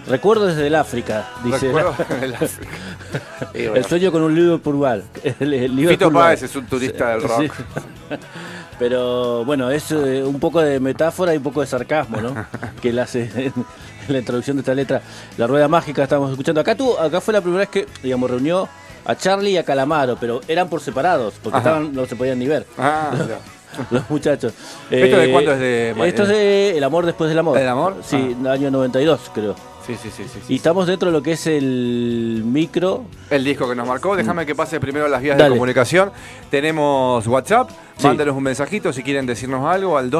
Recuerdo desde el África, dice. Recuerdo del África. Y bueno, El sueño con un Liverpool. Fito Páez es un turista del rock. Sí. Pero bueno, es un poco de metáfora y un poco de sarcasmo, ¿no? Que él hace en la introducción de esta letra. La Rueda Mágica estamos escuchando. Acá fue la primera vez que, digamos, reunió a Charlie y a Calamaro, pero eran por separados, porque no se podían ni ver. Ah, Los muchachos. ¿Esto de cuándo es de...? Esto es de El amor después del amor. ¿El amor? Sí, año 92, creo. Sí. Y estamos dentro de lo que es el micro. El disco que nos marcó. Déjame que pase primero las vías Dale. de comunicación. Tenemos WhatsApp. Sí. Mándenos un mensajito si quieren decirnos algo al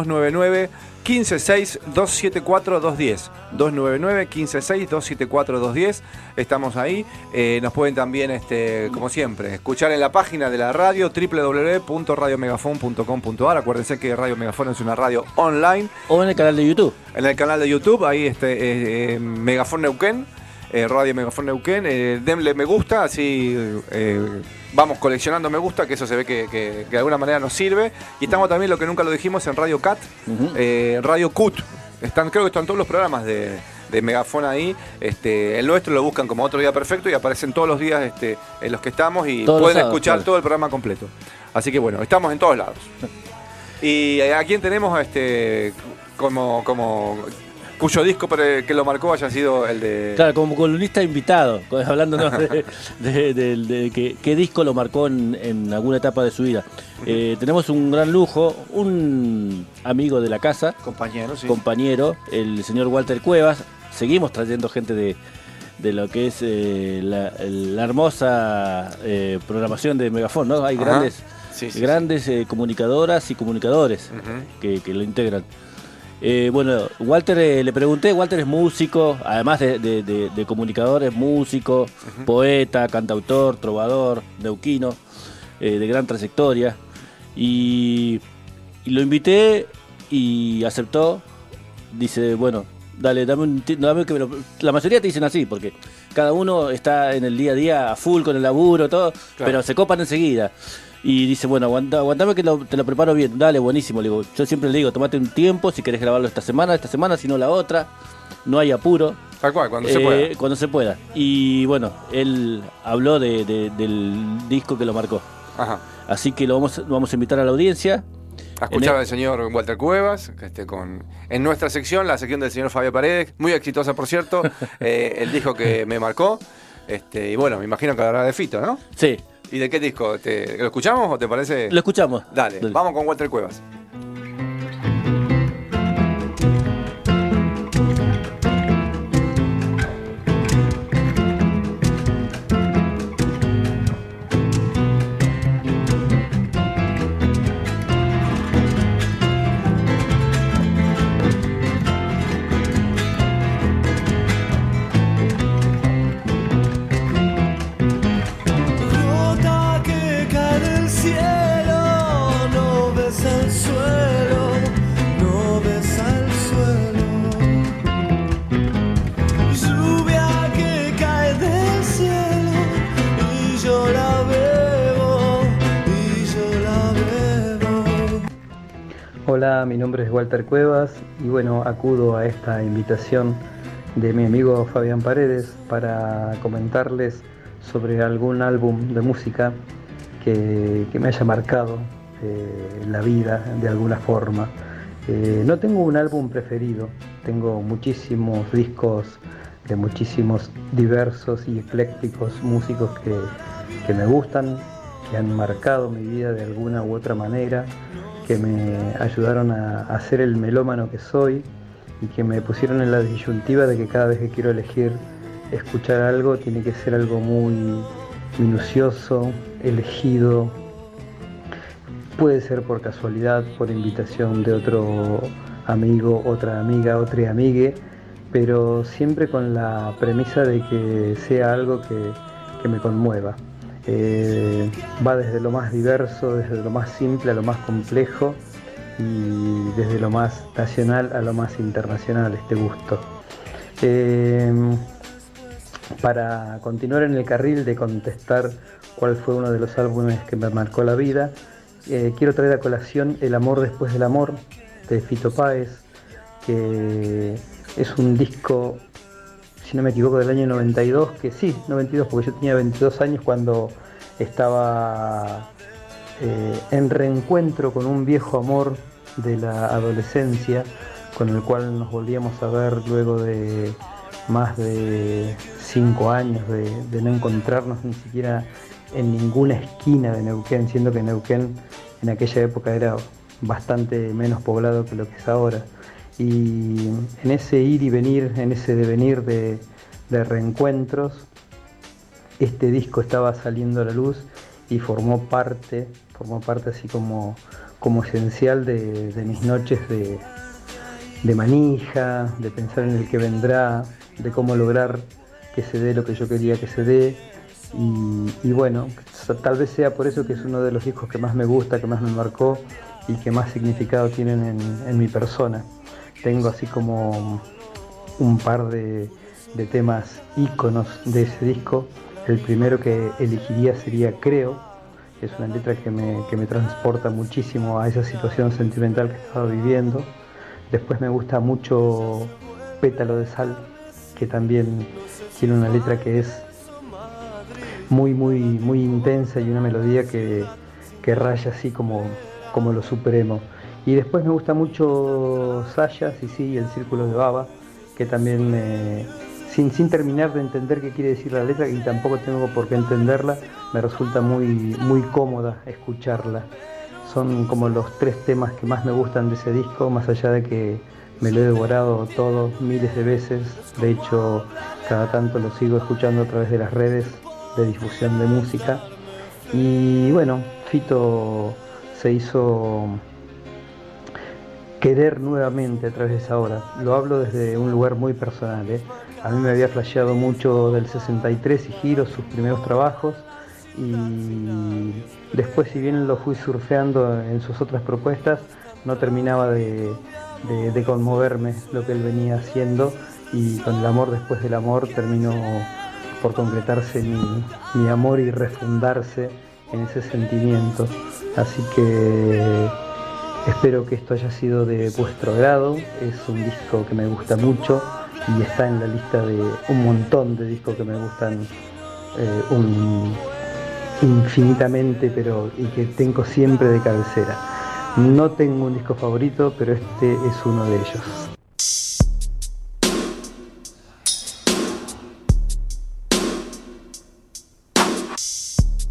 299-156-274-210. 299-156-274-210. Estamos ahí. Nos pueden también, como siempre, escuchar en la página de la radio www.radiomegafon.com.ar. Acuérdense que Radio Megafon es una radio online. O en el canal de YouTube. En el canal de YouTube, ahí Megafon Neuquén. Radio Megafon Neuquén, denle me gusta, así vamos coleccionando me gusta, que eso se ve que de alguna manera nos sirve. Y estamos también, lo que nunca lo dijimos, en Radio Cat, Radio Cut. Creo que están todos los programas de Megafon ahí. El nuestro lo buscan como Otro Día Perfecto y aparecen todos los días en los que estamos y todos pueden sábados, escuchar claro. todo el programa completo. Así que bueno, estamos en todos lados. Y a quién tenemos como cuyo disco que lo marcó haya sido el de... Claro, como columnista invitado, hablándonos de qué disco lo marcó en alguna etapa de su vida. Tenemos un gran lujo, un amigo de la casa, compañero, el señor Walter Cuevas. Seguimos trayendo gente de lo que es la hermosa programación de Megafon, ¿no? Hay grandes comunicadoras y comunicadores que lo integran. Bueno, Walter, le pregunté, Walter es músico, además de comunicador, es músico, poeta, cantautor, trovador, neuquino, de gran trayectoria. Y lo invité y aceptó. Dice, bueno, dame que la mayoría te dicen así, porque cada uno está en el día a día a full con el laburo, todo, claro. Pero se copan enseguida. Y dice, bueno, aguantame que te lo preparo bien. Dale, buenísimo. Le digo, yo siempre le digo, tomate un tiempo, si querés grabarlo esta semana, si no la otra. No hay apuro. Tal cual, cuando se pueda. Cuando se pueda. Y bueno, él habló del disco que lo marcó. Ajá. Así que lo vamos a invitar a la audiencia. A escuchar al señor Walter Cuevas, en nuestra sección, la sección del señor Fabio Paredes, muy exitosa por cierto, el disco que me marcó. Y bueno, me imagino que hablará de Fito, ¿no? Sí. ¿Y de qué disco? ¿Lo escuchamos o te parece? Lo escuchamos. Dale. Vamos con Walter Cuevas. Hola, mi nombre es Walter Cuevas y bueno, acudo a esta invitación de mi amigo Fabián Paredes para comentarles sobre algún álbum de música que me haya marcado la vida de alguna forma. No tengo un álbum preferido, tengo muchísimos discos de muchísimos diversos y eclécticos músicos que me gustan, que han marcado mi vida de alguna u otra manera, que me ayudaron a ser el melómano que soy y que me pusieron en la disyuntiva de que cada vez que quiero elegir escuchar algo tiene que ser algo muy minucioso, elegido. Puede ser por casualidad, por invitación de otro amigo, otra amiga, otra amigue, pero siempre con la premisa de que sea algo que me conmueva. Va desde lo más diverso, desde lo más simple a lo más complejo y desde lo más nacional a lo más internacional este gusto. Para continuar en el carril de contestar cuál fue uno de los álbumes que me marcó la vida, quiero traer a colación El amor después del amor de Fito Páez, que es un disco si no me equivoco, del año 92, que sí, 92, porque yo tenía 22 años cuando estaba en reencuentro con un viejo amor de la adolescencia, con el cual nos volvíamos a ver luego de más de 5 años de no encontrarnos ni siquiera en ninguna esquina de Neuquén, siendo que Neuquén en aquella época era bastante menos poblado que lo que es ahora. Y en ese ir y venir, en ese devenir de reencuentros, este disco estaba saliendo a la luz y formó parte así como esencial de mis noches de manija, de pensar en el que vendrá, de cómo lograr que se dé lo que yo quería que se dé. Y bueno, tal vez sea por eso que es uno de los discos que más me gusta, que más me marcó y que más significado tienen en mi persona. Tengo así como un par de temas íconos de ese disco. El primero que elegiría sería Creo. Es una letra que me transporta muchísimo a esa situación sentimental que estaba viviendo. Después me gusta mucho Pétalo de Sal, que también tiene una letra que es muy intensa y una melodía que raya así como lo supremo. Y después me gusta mucho Saya, sí, El Círculo de Baba, que también sin terminar de entender qué quiere decir la letra, y tampoco tengo por qué entenderla, me resulta muy cómoda escucharla. Son como los 3 temas que más me gustan de ese disco, más allá de que me lo he devorado todo miles de veces. De hecho, cada tanto lo sigo escuchando a través de las redes de difusión de música. Y bueno, Fito se hizo querer nuevamente a través de esa obra. Lo hablo desde un lugar muy personal, ¿eh? A mí me había flasheado mucho del 63 y Giro, sus primeros trabajos, y después, si bien lo fui surfeando en sus otras propuestas, no terminaba de conmoverme lo que él venía haciendo, y con El amor después del amor terminó por concretarse mi amor y refundarse en ese sentimiento. Así que espero que esto haya sido de vuestro agrado. Es un disco que me gusta mucho y está en la lista de un montón de discos que me gustan infinitamente, y que tengo siempre de cabecera. No tengo un disco favorito, pero este es uno de ellos.